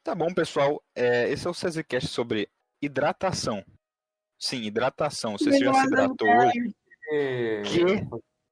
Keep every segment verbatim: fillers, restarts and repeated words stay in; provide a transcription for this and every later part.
Tá bom, pessoal. É, esse é o CZCast sobre hidratação. Sim, hidratação. Você já se hidratou hoje? É... Que?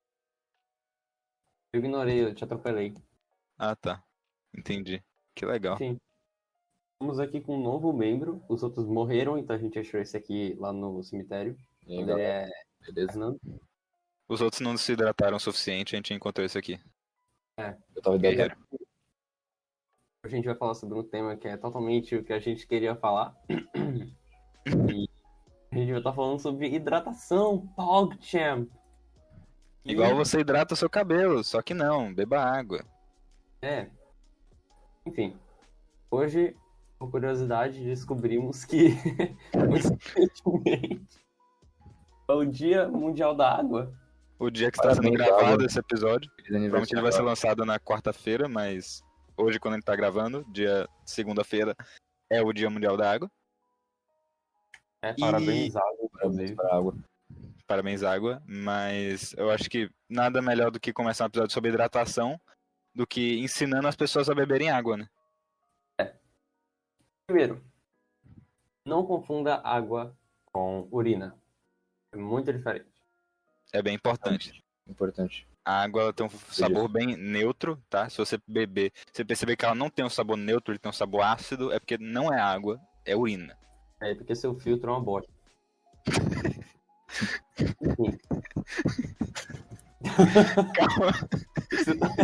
Eu ignorei, eu te atropelei. Ah, tá. Entendi. Que legal. Enfim, estamos aqui com um novo membro. Os outros morreram, então a gente achou esse aqui lá no cemitério. E aí, Ele galera? é Beleza? Fernando. Os outros não se hidrataram o suficiente, a gente encontrou esse aqui. Eu tava Guerreiro. hidratado. Hoje a gente vai falar sobre um tema que é totalmente o que a gente queria falar. E a gente vai estar falando sobre hidratação, PogChamp. E- Igual você hidrata o seu cabelo, só que não, beba água. É. Enfim, hoje, por curiosidade, descobrimos que coincidentemente é o Dia Mundial da Água. O dia que está sendo Parabéns, gravado água. esse episódio, Feliz provavelmente ele vai ser aniversário. lançado na quarta-feira, mas hoje, quando a gente tá gravando, dia segunda-feira, é o Dia Mundial da Água. É, E- parabéns, água, Parabéns inclusive. pra água. Parabéns, água. Mas eu acho que nada melhor do que começar um episódio sobre hidratação do que ensinando as pessoas a beberem água, né? Primeiro, não confunda água com urina. É muito diferente. É bem importante. Importante. A água ela tem um sabor bem neutro, tá? Se você beber, se você perceber que ela não tem um sabor neutro, ele tem um sabor ácido, é porque não é água, é urina. É porque seu filtro é uma bosta. Enfim. Calma. Você tá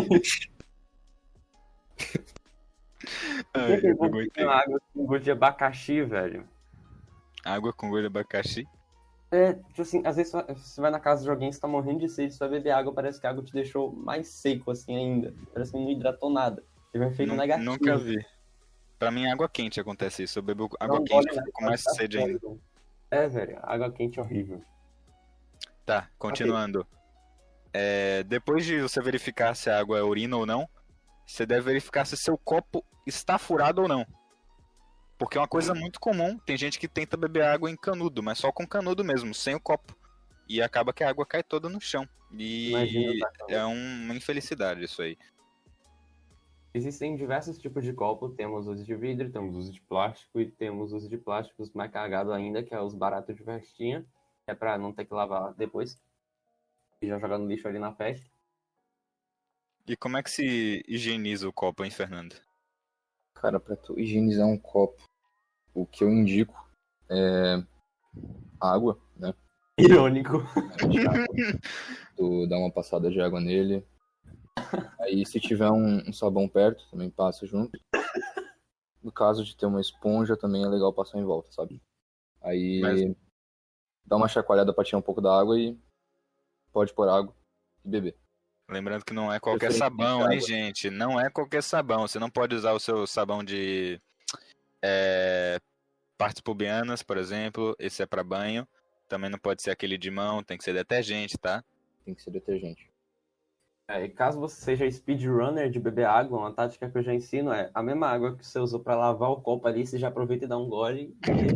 Ai, Por que eu que não aguentei. uma água com gosto de abacaxi, velho? Água com gosto de abacaxi. É, tipo assim, às vezes você vai na casa de alguém, você tá morrendo de sede, você vai beber água, parece que a água te deixou mais seco assim ainda. Parece que não hidratou nada. Teve um efeito Nu- negativo. Nunca vi. Pra mim, água quente acontece isso. Eu bebo água Não quente, engole eu nada, fico com mais tá sede ainda. sólido. É, velho, água quente é horrível. Tá, continuando. É, depois de você verificar se a água é urina ou não, você deve verificar se seu copo está furado ou não. Porque é uma coisa muito comum. Tem gente que tenta beber água em canudo, mas só com canudo mesmo, sem o copo. E acaba que a água cai toda no chão. E Imagina, tá, é um- uma infelicidade isso aí. Existem diversos tipos de copo, temos os de vidro, temos os de plástico e temos os de plásticos mais cagados ainda, que é os baratos de festinha, que é pra não ter que lavar depois e já jogar no lixo ali na festa. E como é que se higieniza o copo, hein, Fernando? Cara, pra tu higienizar um copo, o que eu indico é água, né? Irônico. Tu dá uma passada de água nele. Aí se tiver um, um sabão perto, também passa junto. No caso de ter uma esponja, também é legal passar em volta, sabe? Aí Mas- dá uma chacoalhada pra tirar um pouco da água e pode pôr água e beber. Lembrando que não é qualquer Preferentemente sabão, hein, água. gente? Não é qualquer sabão. Você não pode usar o seu sabão de é, partes pubianas, por exemplo. Esse é pra banho. Também não pode ser aquele de mão, tem que ser detergente, tá? Tem que ser detergente. É, e caso você seja speedrunner de beber água, uma tática que eu já ensino é a mesma água que você usou pra lavar o copo ali, você já aproveita e dá um gole.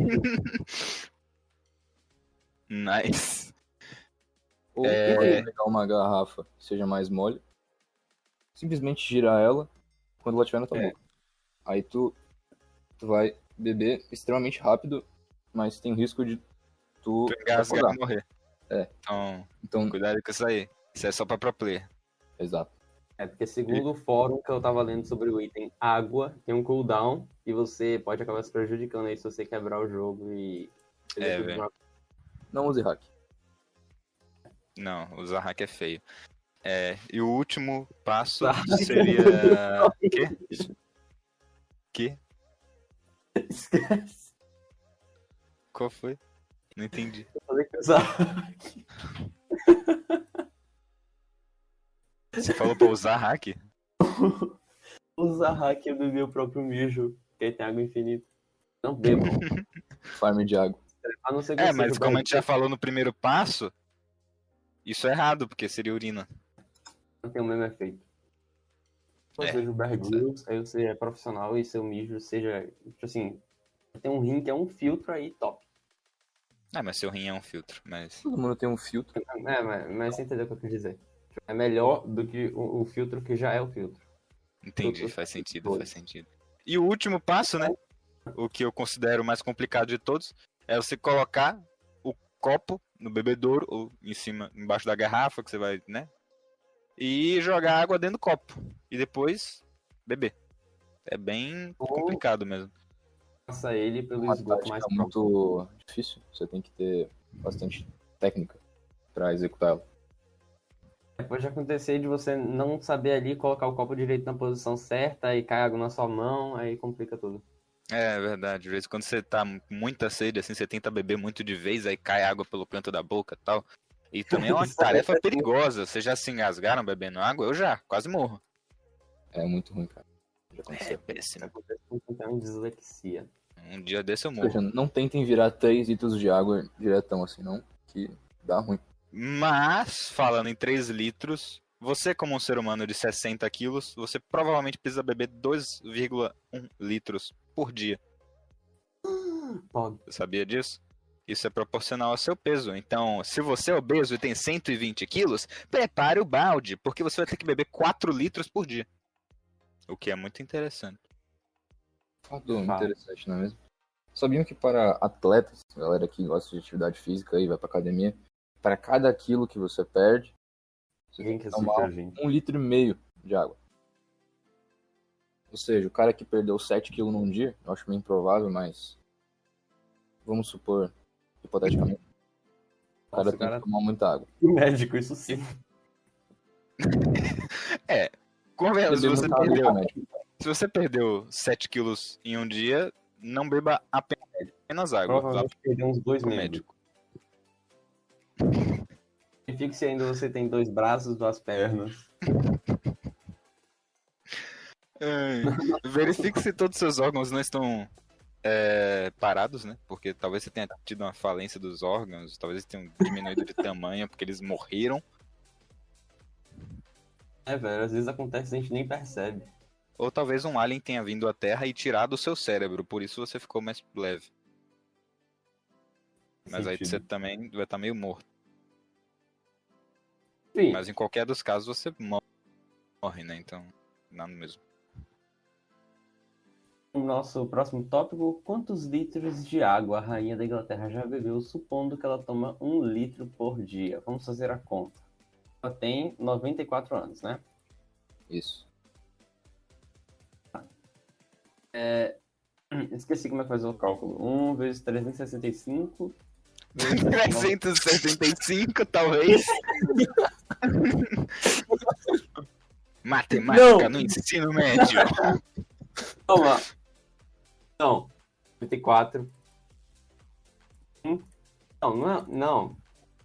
Nice. Ou É. pode pegar uma garrafa que seja mais mole, simplesmente girar ela quando ela estiver na tua É. boca. Aí tu, tu vai beber extremamente rápido, mas tem risco de tu Tu engasgar afogar. e morrer. É. Então, Então, cuidado com isso aí. Isso é só pra pro player. exato. É, porque segundo o fórum que eu tava lendo sobre o item água, tem um cooldown e você pode acabar se prejudicando aí se você quebrar o jogo e... É, velho. Não use hack. Não, usar hack é feio. É, e o último passo Usar hack é seria. Quê? Que? Esquece. Qual foi? Não entendi. Eu falei que usar... Você falou pra usar hack? usar hack é beber o próprio mijo, porque aí tem água infinita. Não bebam. Farm de água. A não ser que É, você mas seja como a o gente já falou no primeiro passo, isso é errado, porque seria urina. não tem o mesmo efeito. Se É, você seja o Bear Grylls, aí você é profissional e seu mijo seja, tipo assim, tem um rim que é um filtro aí, top. Ah, mas seu rim é um filtro, mas. Todo mundo tem um filtro. É, mas, mas você entendeu o que eu quis dizer. É melhor do que o, o filtro que já é o filtro. Entendi, Filtro- faz sentido, Dois. faz sentido. E o último passo, né? O que eu considero o mais complicado de todos, é você colocar o copo no bebedouro, ou em cima, embaixo da garrafa, que você vai, né? E jogar água dentro do copo. E depois beber. É bem complicado mesmo. Passa ele pelo Uma esgoto mais tática próximo. muito difícil. Você tem que ter bastante técnica pra executar ela. Pode acontecer de você não saber ali colocar o copo direito na posição certa, aí cai água na sua mão, aí complica tudo. É verdade. Às vezes quando você tá com muita sede, assim, você tenta beber muito de vez, aí cai água pelo canto da boca e tal. E também é uma Isso tarefa é- perigosa. Vocês já se engasgaram bebendo água? Eu já, quase morro. É muito ruim, cara. Já É aconteceu. péssimo. Acontece com quem tem dislexia. Um dia desse eu Ou seja, morro. não tentem virar três litros de água diretão assim, não. Que dá ruim. Mas, falando em três litros, você como um ser humano de sessenta quilos, você provavelmente precisa beber dois vírgula um litros por dia. Pode. Você sabia disso? Isso é proporcional ao seu peso. Então, se você é obeso e tem cento e vinte quilos, prepare o balde, porque você vai ter que beber quatro litros por dia. O que é muito interessante. Fato Fato. interessante, não é mesmo? Sabiam que para atletas, galera que gosta de atividade física e vai pra academia, para cada quilo que você perde, você Ninguém tem quer que tomar sujar, gente. um litro e meio de água. Ou seja, o cara que perdeu sete quilos num dia, eu acho meio improvável, mas vamos supor, hipoteticamente, o cara Nossa, tem cara, que tomar muita água. o médico, isso sim. Convenhamos, se Beber você muita água, perdeu, médico. se você perdeu sete quilos em um dia, não beba apenas água. Vá Provavelmente perdeu uns dois pro membros. médico. Verifique se ainda você tem dois braços, duas pernas. Ai, verifique se todos os seus órgãos não estão é, parados, né? Porque talvez você tenha tido uma falência dos órgãos, talvez eles tenham diminuído de tamanho porque eles morreram. É, velho, às vezes acontece e a gente nem percebe. Ou talvez um alien tenha vindo à Terra e tirado o seu cérebro, por isso você ficou mais leve. Mas aí Sentido. você também vai estar meio morto. Enfim, Mas em qualquer dos casos você morre, né? Então, nada mesmo. o nosso próximo tópico: quantos litros de água a rainha da Inglaterra já bebeu, supondo que ela toma um litro por dia? Vamos fazer a conta. Ela tem noventa e quatro anos, né? Isso. Esqueci como é que faz o cálculo. um vezes trezentos e sessenta e cinco. vezes trezentos e setenta e cinco, talvez. Matemática Não. no ensino médio. Toma! Não. noventa e quatro. Hum? Não, não é. Não.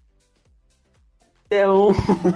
É um.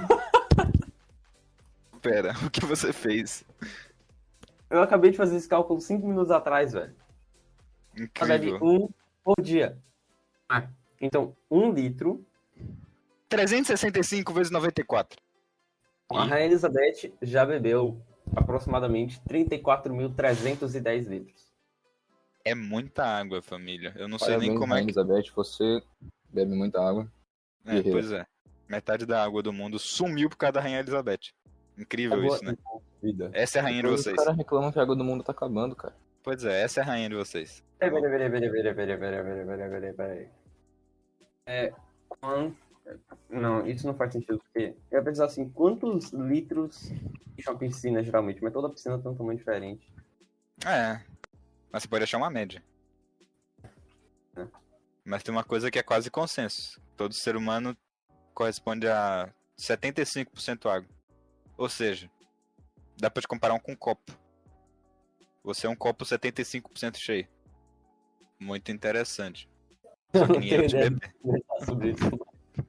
Pera, o que você fez? Eu acabei de fazer esse cálculo cinco minutos atrás, velho. Ela bebe Incrível. um por dia. Ah, então, um litro. trezentos e sessenta e cinco vezes noventa e quatro. A Rainha Elizabeth já bebeu aproximadamente trinta e quatro mil trezentos e dez litros. É muita água, família. Eu não sei Parabéns, nem como é Rainha que. Elizabeth, você bebe muita água. É, guerreiro. pois é. Metade da água do mundo sumiu por causa da Rainha Elizabeth. Incrível isso, né? Vida. Essa é a rainha de Depois vocês. Os caras reclamam que a água do mundo tá acabando, cara. Pois é, essa é a rainha de vocês. Peraí, peraí, peraí, peraí, peraí, peraí, peraí, peraí, peraí, peraí. É. quant- Não, isso não faz sentido, porque eu ia pensar assim, quantos litros enche uma piscina geralmente? Mas toda piscina tem um tamanho diferente. É. Mas você pode achar uma média. É. Mas tem uma coisa que é quase consenso. Todo ser humano corresponde a setenta e cinco por cento água. Ou seja, dá pra te comparar um com um copo. Você é um copo setenta e cinco por cento cheio. Muito interessante. Só que não ninguém tenho vai te ideia de beber. conversar sobre isso.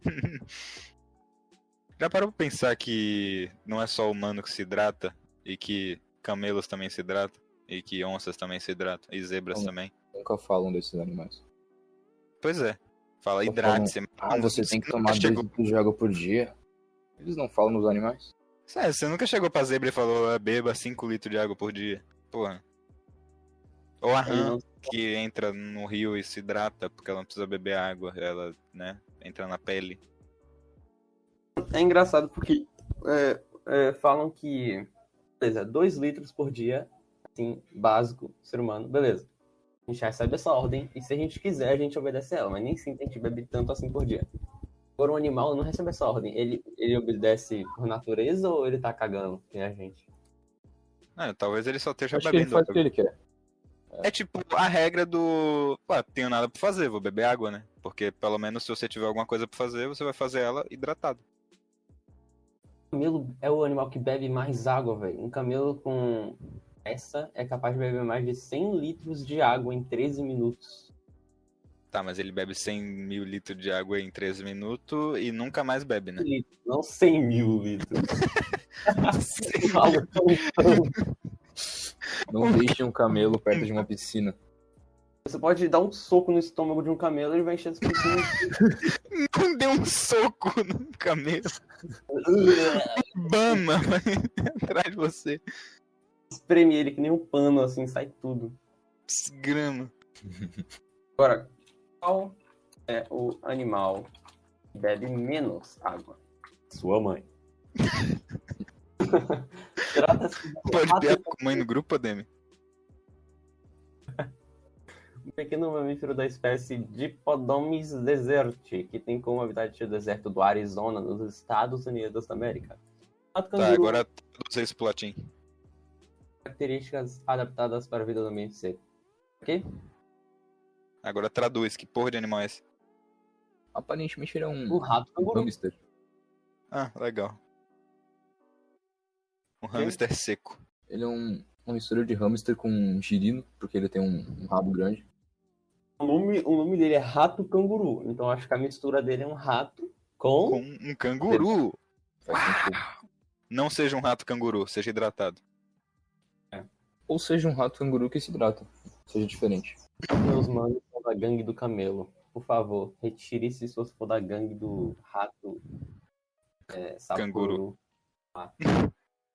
Já parou pra pensar que não é só humano que se hidrata? E que camelos também se hidratam? E que onças também se hidratam? E zebras Não. também? Nunca falam desses animais. Pois é. Fala, Só hidrate-se. Ah, você tem que nunca tomar dois chegou... litros de água por dia. Eles não falam nos animais. Sério, você nunca chegou pra zebra e falou, "Ah, beba cinco litros de água por dia. Porra. Ou a Ele rã, não- que entra no rio e se hidrata, porque ela não precisa beber água. Ela, né, entra na pele. É engraçado porque é, é, falam que, beleza, dois litros por dia Assim, básico, ser humano, beleza. A gente recebe essa ordem e se a gente quiser, a gente obedece ela, mas nem sempre a gente bebe tanto assim por dia. Agora, um animal não recebe essa ordem. Ele, ele obedece por natureza ou ele tá cagando, que é a gente? Ah, talvez ele só esteja Acho que ele bebendo faz o água. que ele quer. É tipo a regra do. Pô, tenho nada pra fazer, vou beber água, né? Porque pelo menos se você tiver alguma coisa pra fazer, você vai fazer ela hidratado. O camelo é o animal que bebe mais água, velho. Um camelo com essa é capaz de beber mais de cem litros de água em treze minutos. Tá, mas ele bebe cem mil litros de água em treze minutos e nunca mais bebe, né? Litros, não cem mil litros. Algo tão tanto. Não deixe um camelo perto de uma piscina. Você pode dar um soco no estômago de um camelo e ele vai encher esse piscina. Não deu um soco no camelo. Bama vai atrás de você. Espreme ele que nem um pano, assim, sai tudo. Grama. Agora, qual é o animal que bebe menos água? Sua mãe. Trata-se de Pode rato ter a mãe no grupo, Ademi? um pequeno mamífero da espécie Dipodomys deserti, que tem como habitat o deserto do Arizona, nos Estados Unidos da América. Rato Tá, canguru, agora traduz isso pro latim. características adaptadas para a vida no ambiente seco. Ok? Agora traduz, que porra de animal é esse? Aparentemente ele é Um um rato canguru. hamster. Ah, legal. Um hamster seco. Ele é um, uma mistura de hamster com um girino, porque ele tem um, um rabo grande. O nome, o nome dele é rato canguru, então acho que a mistura dele é um rato com... Com um canguru. Faz sentido. Não seja um rato canguru, seja hidratado. Ou seja, um rato canguru que se hidrata. Seja diferente. Meus manos são da gangue do camelo. Por favor, retire-se se você for da gangue do rato é, Canguru. saporo.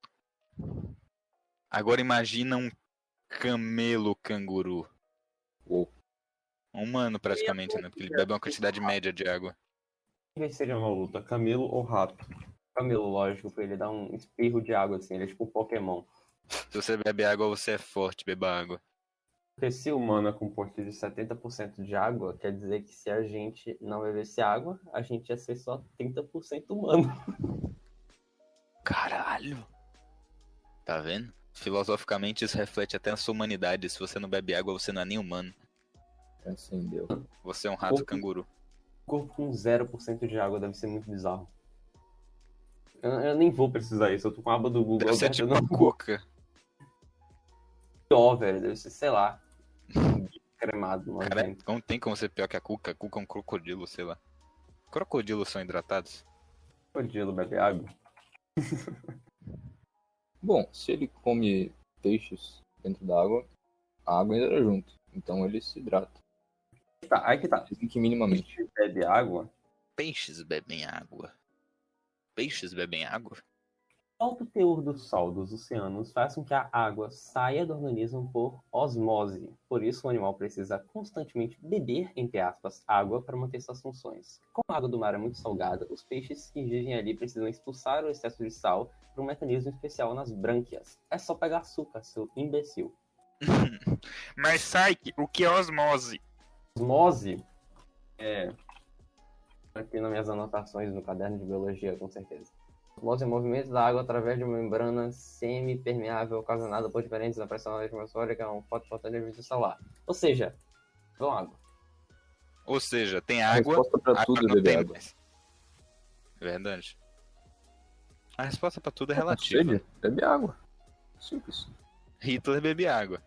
Agora imagina um camelo canguru. Uou. Um humano praticamente, né? Porque ele bebe uma quantidade média de água. Quem seria uma luta, camelo ou rato? Camelo, lógico, porque ele dá um espirro de água assim, ele é tipo um Pokémon. Se você bebe água, você é forte, beba água. Porque se o humano é composto de setenta por cento de água, quer dizer que se a gente não bebesse água, a gente ia ser só trinta por cento humano. Caralho! Tá vendo? Filosoficamente isso reflete até a sua humanidade. Se você não bebe água, você não é nem humano. Acendeu. Você é um rato Corpo- canguru. Um corpo com zero por cento de água deve ser muito bizarro. Eu, eu nem vou precisar isso, eu tô com a aba do Google Deve ser aberta tipo no uma coca. Ó, velho, deve ser, sei lá, um bicho cremado, Cara, nojento. não tem como ser pior que a cuca. A cuca é um crocodilo, sei lá. Crocodilos são hidratados? Crocodilo bebe água. Bom, se ele come peixes dentro da água, a água entra junto. Então ele se hidrata. Tá, aí que tá. Dizem que minimamente. Se bebe água, Peixes bebem água. Peixes bebem água? o alto teor do sal dos oceanos faz com que a água saia do organismo por osmose. Por isso, o animal precisa constantemente beber, entre aspas, água para manter suas funções. Como a água do mar é muito salgada, os peixes que vivem ali precisam expulsar o excesso de sal por um mecanismo especial nas brânquias. É só pegar açúcar, seu imbecil. Mas Saik, o que é osmose? Osmose é... Aqui nas minhas anotações no caderno de biologia, com certeza. Osmose é o movimento da água através de uma membrana semi-permeável ocasionada por diferentes na pressão atmosférica, um fotofotógrafo de solar. Ou seja, com água. Ou seja, tem A água, resposta pra água tudo é não beber tem água. mais. Verdade. A resposta pra tudo é Tá relativa. sede? Bebe água. Simples. Hitler bebe água.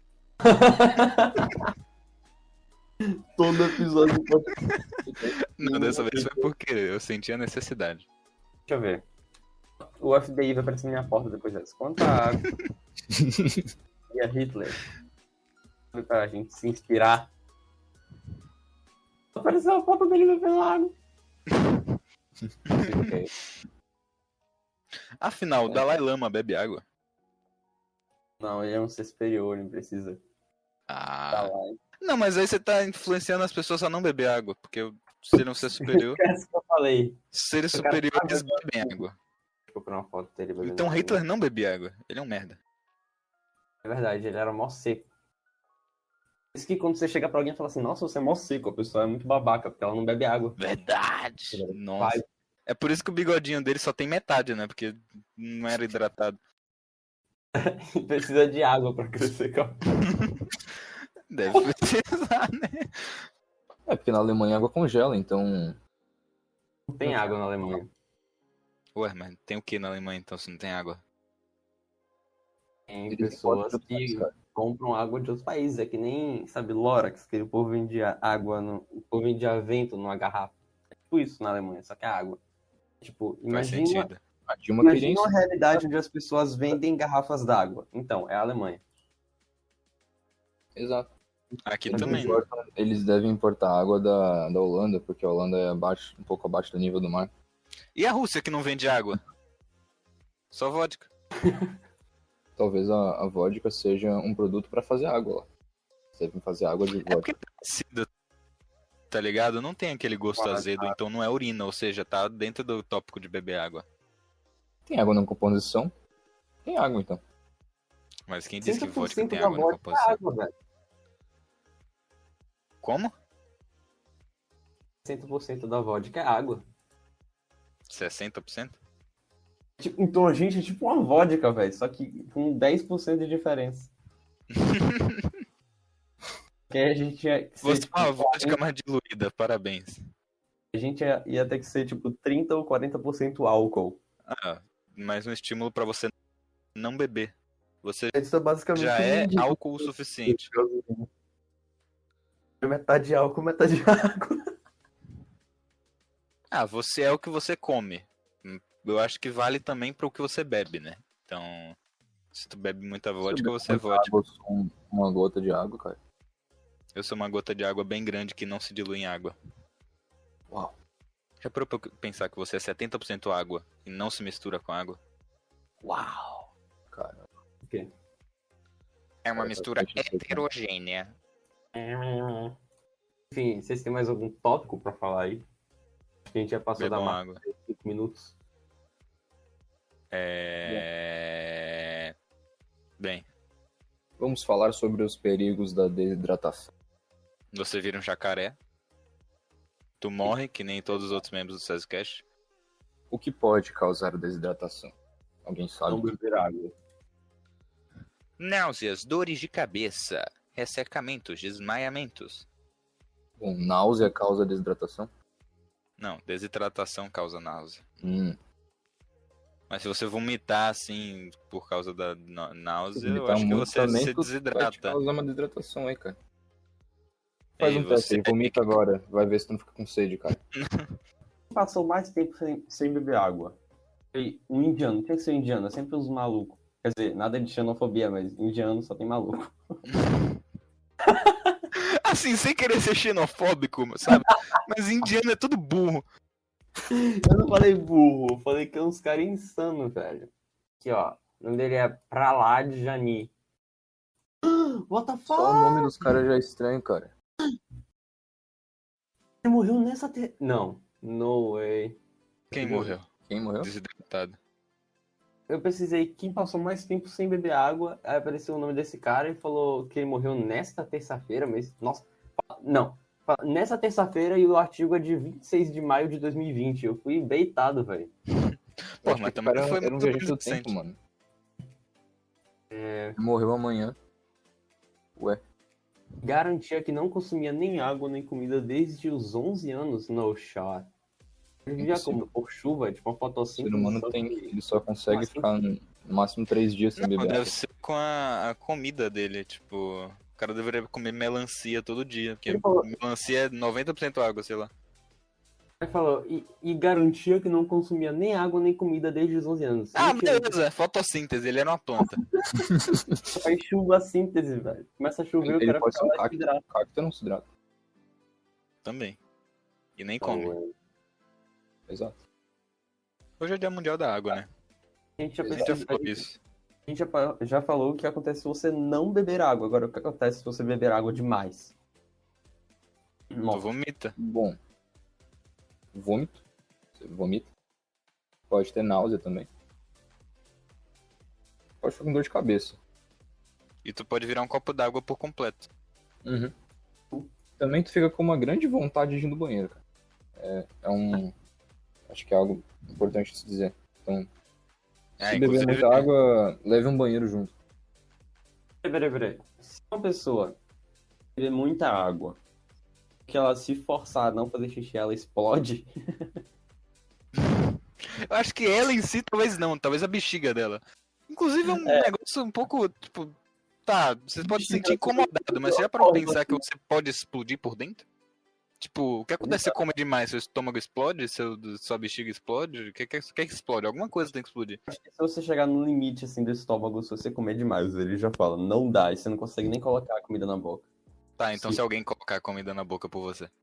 Todo episódio pode... Não, dessa vez foi porque eu senti a necessidade. Deixa eu ver. O F B I vai aparecer na minha porta depois dessa. Quanta água e a Hitler pra gente se inspirar. Apareceu a foto dele bebendo água. Ok. Afinal, o Dalai Lama bebe água? Não, ele é um ser superior, ele precisa estar Ah. lá. Não, mas aí você tá influenciando as pessoas a não beber água, porque ser um ser superior, É isso que eu falei. seres Eu quero superiores água. bebem água. Vou procurar uma foto dele bebendo Então água. Hitler não bebe água, ele é um merda. É verdade, ele era mó seco. Por isso que quando você chega pra alguém e fala assim, nossa, você é mó seco, a pessoa é muito babaca, porque ela não bebe água. Verdade! Vai. Nossa. É por isso que o bigodinho dele só tem metade, né? Porque não era hidratado. Precisa de água pra crescer. Calma. Deve precisar, né? É, porque na Alemanha a água congela, então. Não tem água na Alemanha. Ué, mas tem o que na Alemanha então se não tem água? Tem Eles pessoas importam de outros que países, cara. compram água de outros países. É que nem, sabe, Lorax, que o povo vendia água, no, o povo vendia vento numa garrafa. É tipo isso na Alemanha, só que é água. Tipo, Faz imagina, sentido. A Dilma queria imagina uma isso. realidade onde as pessoas vendem garrafas d'água. Então, é a Alemanha. Exato. Aqui Eles, também, né? importam- eles devem importar água da, da Holanda, porque a Holanda é abaixo, um pouco abaixo do nível do mar. E a Rússia que não vende água? Só vodka. Talvez a, a vodka seja um produto pra fazer água lá. Eles devem fazer água de É porque vodka. é parecido, tá ligado? Não tem aquele gosto Ah, azedo, então não é urina, ou seja, tá dentro do tópico de beber água. Tem água na composição? Tem água, então. Mas quem disse que cem por vodka cento tem da água na vodka é composição? água, velho. Como? cem por cento da vodka é água. sessenta por cento? Tipo, então a gente é tipo uma vodka, velho. Só que com dez por cento de diferença. Que aí a gente ia ser, Você é tipo, uma vodka mais diluída, parabéns. a gente ia, ia ter que ser tipo trinta ou quarenta por cento álcool. Ah, mais um estímulo pra você não beber. Você Isso é basicamente já um é mendigo. álcool o suficiente. Metade álcool, metade água. Ah, você é o que você come. Eu acho que vale também para o que você bebe, né? Então, se tu bebe muita vodka, você é vodka. Água, eu sou um- uma gota de água, cara. Eu sou uma gota de água bem grande que não se dilui em água. Uau. Já parou pra pensar que você é setenta por cento água e não se mistura com água? Uau. Cara. O quê? É uma Cara, mistura faz sentido. heterogênea. Enfim, vocês têm mais algum tópico pra falar aí? Acho que a gente já passou Bebam da marca água. de cinco minutos. É... Bem, Vamos falar sobre os perigos da desidratação. você vira um jacaré. Tu morre, que nem todos os outros membros do SESCast. O que pode causar desidratação? Alguém sabe? Não beber água. Náuseas, dores de cabeça, ressecamentos, desmaiamentos. Bom, náusea causa desidratação? Não, desidratação causa náusea. Hum. Mas se você vomitar assim por causa da nó- náusea, eu Vomitar acho que muito você também, se tu Vai te desidrata. causar uma desidratação aí, cara. Faz E um teste você aí, vomita agora. Vai ver se tu não fica com sede, cara. Passou mais tempo sem, sem beber água. E um indiano, tinha que ser um indiano, é sempre os malucos. Quer dizer, nada de xenofobia, mas indiano só tem maluco. Assim, sem querer ser xenofóbico, sabe? Mas indiano é tudo burro. Eu não falei burro, eu falei que é uns caras insanos, velho. Aqui, ó. O nome dele é Prahlad Jani. What the fuck? Só o nome dos caras já é estranho, cara. Ele morreu nessa... Te... Não. No way. Quem morreu? Quem morreu? Desidratado. Eu pesquisei quem passou mais tempo sem beber água, aí apareceu o nome desse cara e falou que ele morreu nesta terça-feira, mas... Nossa, não. Nessa terça-feira e o artigo é de vinte e seis de maio de dois mil e vinte. Eu fui beitado, velho. Pô, Acho mas que também o cara foi era um muito viajante do recente. tempo, mano. É... Ele morreu amanhã. Ué. Garantia que não consumia nem água nem comida desde os onze anos. No shot. Ele vivia como? Por chuva, tipo uma O fotossíntese. ser humano só tem, que- ele só consegue Como assim? ficar no máximo três dias sem Não, beber deve água. ser com a, a comida dele, tipo... O cara deveria comer melancia todo dia, porque Ele falou- melancia é noventa por cento água, sei lá. Ele falou, e, e garantia que não consumia nem água nem comida desde os onze anos. Ah, Mentira, beleza, fotossíntese, ele era uma planta. faz chuva a síntese, velho. Começa a chover, o Ele cara pode fica ser um lá cacto. hidrata. Cacto não se hidrata. Também. E nem come. Exato. Hoje é dia mundial da água, né? A gente já, A gente já pesquisa- falou isso. a gente já, pa- já falou o que acontece se você não beber água. Agora, o que acontece se você beber água demais? Tu Nossa, vomita. Bom. Vômito. Você vomita. Pode ter náusea também. Pode ficar com dor de cabeça. E tu pode virar um copo d'água por completo. Uhum. Também tu fica com uma grande vontade de ir no banheiro, cara. É, é um... Acho que é algo importante de se dizer. Então, É, se beber inclusive- muita água, leve um banheiro junto. Peraí, peraí, peraí. Se uma pessoa beber muita água, que ela se forçar a não fazer xixi, ela explode. Eu acho que ela em si talvez não, talvez a bexiga dela. Inclusive é um negócio um pouco, tipo, tá, você pode se sentir incomodado, mas você já parou pra pensar que você pode explodir por dentro? Tipo, o que acontece se você come demais? Seu estômago explode? Seu, sua bexiga explode? O que, que, que que explode? Alguma coisa tem que explodir. Acho que se você chegar no limite, assim, do estômago, se você comer demais, ele já fala, não dá, e você não consegue nem colocar a comida na boca. Tá, então Sim. se alguém colocar a comida na boca por você.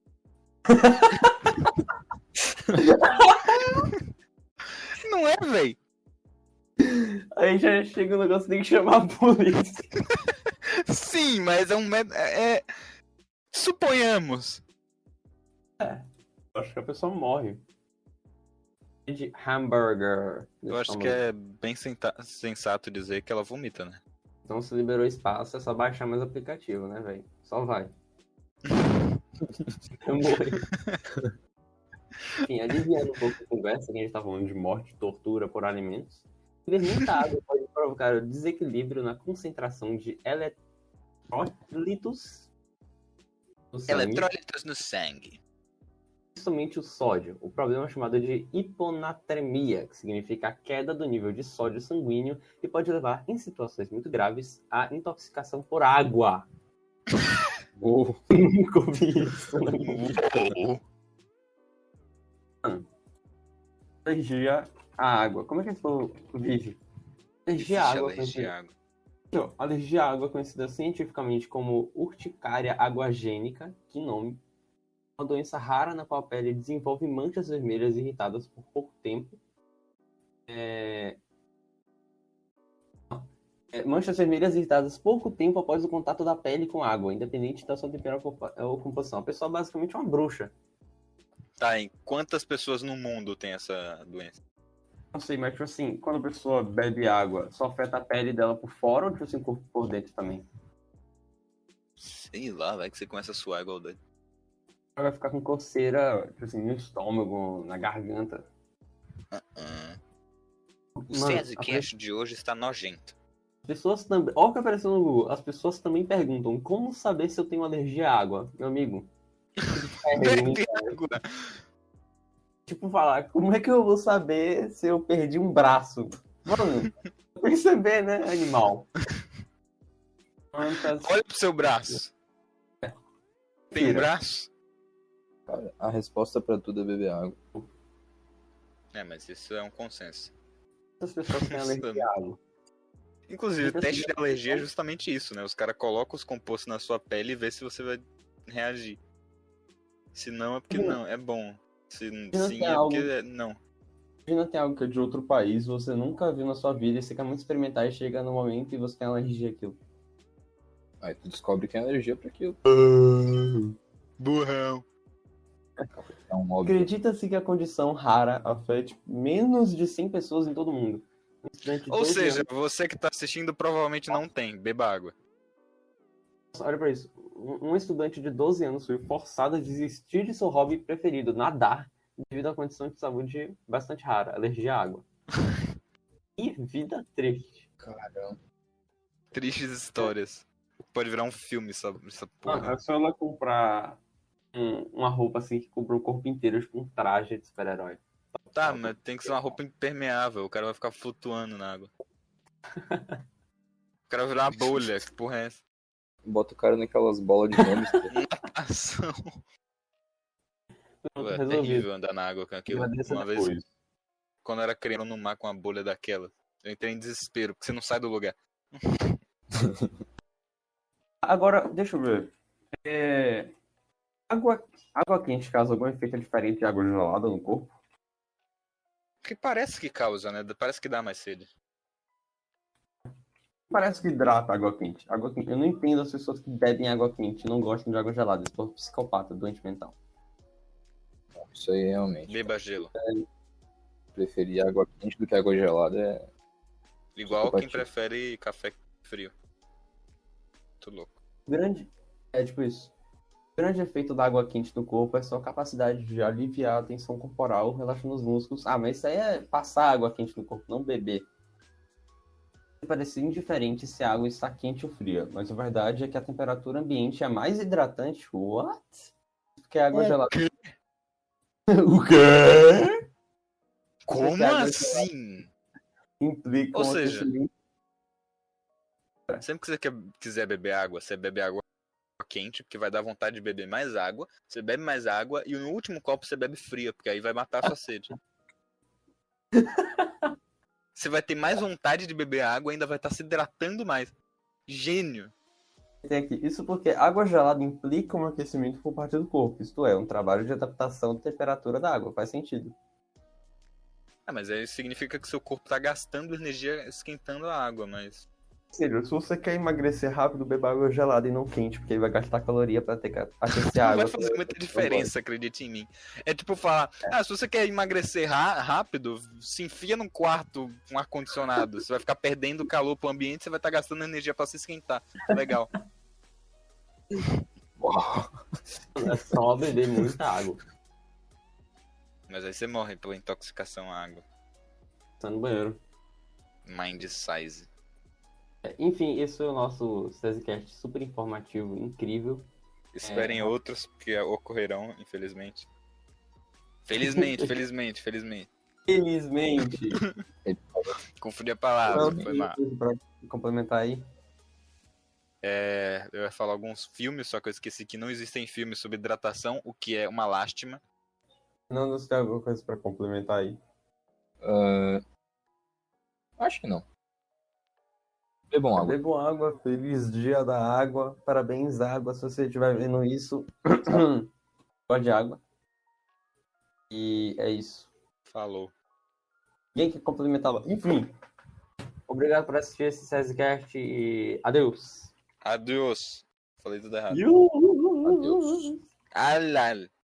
Não é, véi? Aí já chega o negócio, tem que chamar a polícia. Sim, mas é um... med- É... é- Suponhamos. Acho que a pessoa morre. De hambúrguer. no Eu acho estômago. que é bem senta- sensato dizer que ela vomita, né? Então se liberou espaço, é só baixar mais aplicativo, né, velho? Só vai. Eu morri. Enfim, aliviando um pouco a conversa, que a gente tá falando de morte, tortura por alimentos. Beber muita água pode provocar o desequilíbrio na concentração de eletrólitos no sangue, Eletrólitos no sangue. principalmente o sódio. O problema é chamado de hiponatremia, que significa a queda do nível de sódio sanguíneo e pode levar, em situações muito graves, à intoxicação por água. Oh. Nunca ouvi isso. Né? Alergia à água. Como é que a pessoa vive? Alergia à água. Alergia à água. Aqui, ó. Alergia à água é conhecida cientificamente como urticária aguagênica, que nome, uma doença rara na qual a pele desenvolve manchas vermelhas irritadas por pouco tempo. É... É, manchas vermelhas irritadas pouco tempo após o contato da pele com água, independente da sua temperatura ou composição. A pessoa basicamente é uma bruxa. Tá, e quantas pessoas no mundo tem essa doença? Não sei, mas tipo assim, quando a pessoa bebe água, só afeta a pele dela por fora ou tipo assim, por, por dentro também? Sei lá, vai que você começa a suar igual doido. Ela vai ficar com coceira, tipo assim, no estômago, na garganta. Uh-uh. O Mano, SESIcast de hoje está nojento. As pessoas também. Olha o que apareceu no Google. As pessoas também perguntam como saber se eu tenho alergia à água, meu amigo. Bebe água. Tipo, falar, como é que eu vou saber se eu perdi um braço? Mano, perceber, né, animal? Quantas... Olha pro seu braço. Tem um Tira. braço? Cara, a resposta pra tudo é beber água. É, mas isso é um consenso. Quantas pessoas têm alergia à água? Inclusive, o teste de alergia é justamente isso, né? Os caras colocam os compostos na sua pele e vê se você vai reagir. Se não, é porque não, é bom. Se sim, é porque é não. Imagina ter algo que é de outro país, você nunca viu na sua vida, e você quer muito experimentar e chega no momento e você tem alergia àquilo. Aí tu descobre que é alergia pra aquilo. Burrão. É um óbvio. Acredita-se que a condição rara afete menos de cem pessoas em todo mundo. Um estudante de Ou doze seja, anos- você que tá assistindo provavelmente não tem. Beba água. olha pra isso. Um um estudante de doze anos foi forçado a desistir de seu hobby preferido, nadar, devido a condição de saúde bastante rara, alergia à água. E vida triste. Caramba. Tristes histórias. Pode virar um filme essa, essa porra. Ah, é só ela comprar um- uma roupa assim que cobra o corpo inteiro, tipo um traje de super-herói. Tá, mas tem que ser uma roupa impermeável. O cara vai ficar flutuando na água. O cara vai virar uma bolha. Que porra é essa? Bota o cara naquelas bolas de hamster. Ação. Pô, é Resolvido. terrível andar na água com aquilo. Agradeça Uma vez, depois. quando eu era criança no mar com uma bolha daquela, eu entrei em desespero, porque você não sai do lugar. Agora, deixa eu ver. É, Água, água quente causa algum efeito diferente de água gelada no corpo? Porque parece que causa, né? Parece que dá mais sede. Parece que hidrata a água quente. Água quente. Eu não entendo as pessoas que bebem água quente e não gostam de água gelada. Eles são psicopata, doente mental. Isso aí realmente. Beba gelo. Preferir água quente do que água gelada é. Igual quem Psicopatia. prefere café frio. muito louco. Grande. É tipo isso. O grande efeito da água quente no corpo é sua capacidade de aliviar a tensão corporal, relaxando os músculos. Ah, mas isso aí é passar água quente no corpo, não beber. Parece indiferente se a água está quente ou fria, mas a verdade é que a temperatura ambiente é mais hidratante. What? Porque a água O gelada. quê? O quê? Como Porque a água assim? Implica Ou um seja, aquecimento. sempre que você quer- quiser beber água, você bebe água quente, porque vai dar vontade de beber mais água. Você bebe mais água e no último copo você bebe fria, porque aí vai matar a sua sede. Você vai ter mais vontade de beber água e ainda vai estar se hidratando mais. Gênio. Tem aqui. Isso porque água gelada implica um aquecimento por parte do corpo. Isto é, um trabalho de adaptação da temperatura da água. Faz sentido. Ah, mas aí significa que seu corpo tá gastando energia esquentando a água, mas... Ou seja, se você quer emagrecer rápido, beba água gelada e não quente, porque aí vai gastar caloria pra ter que aquecer a Não água. vai fazer muita diferença, acredite em mim. É tipo falar, ah, se você quer emagrecer ra- rápido, se enfia num quarto com ar-condicionado. Você vai ficar perdendo calor pro ambiente, você vai estar gastando energia pra se esquentar. Legal. Uau. É só beber muita água. Mas aí você morre pela intoxicação à água. Tá no banheiro. Mind size. É, Enfim, esse foi o nosso SESIcast super informativo, incrível. Esperem É. outros que ocorrerão, infelizmente. Felizmente, felizmente, felizmente. Felizmente. Confundi a palavra, Não, foi mal. pra complementar aí. É, eu ia falar alguns filmes, só que eu esqueci que não existem filmes sobre hidratação, o que é uma lástima. Não, não se tem alguma coisa pra complementar aí. Ah, acho que não. Bebam água. Bebam água, feliz dia da água. Parabéns, água. Se você estiver vendo isso, pode água. E é isso. Falou. Ninguém quer complementar. Enfim. Obrigado por assistir esse SESIcast e adeus. Adeus. Falei tudo errado. Adeus. Alal.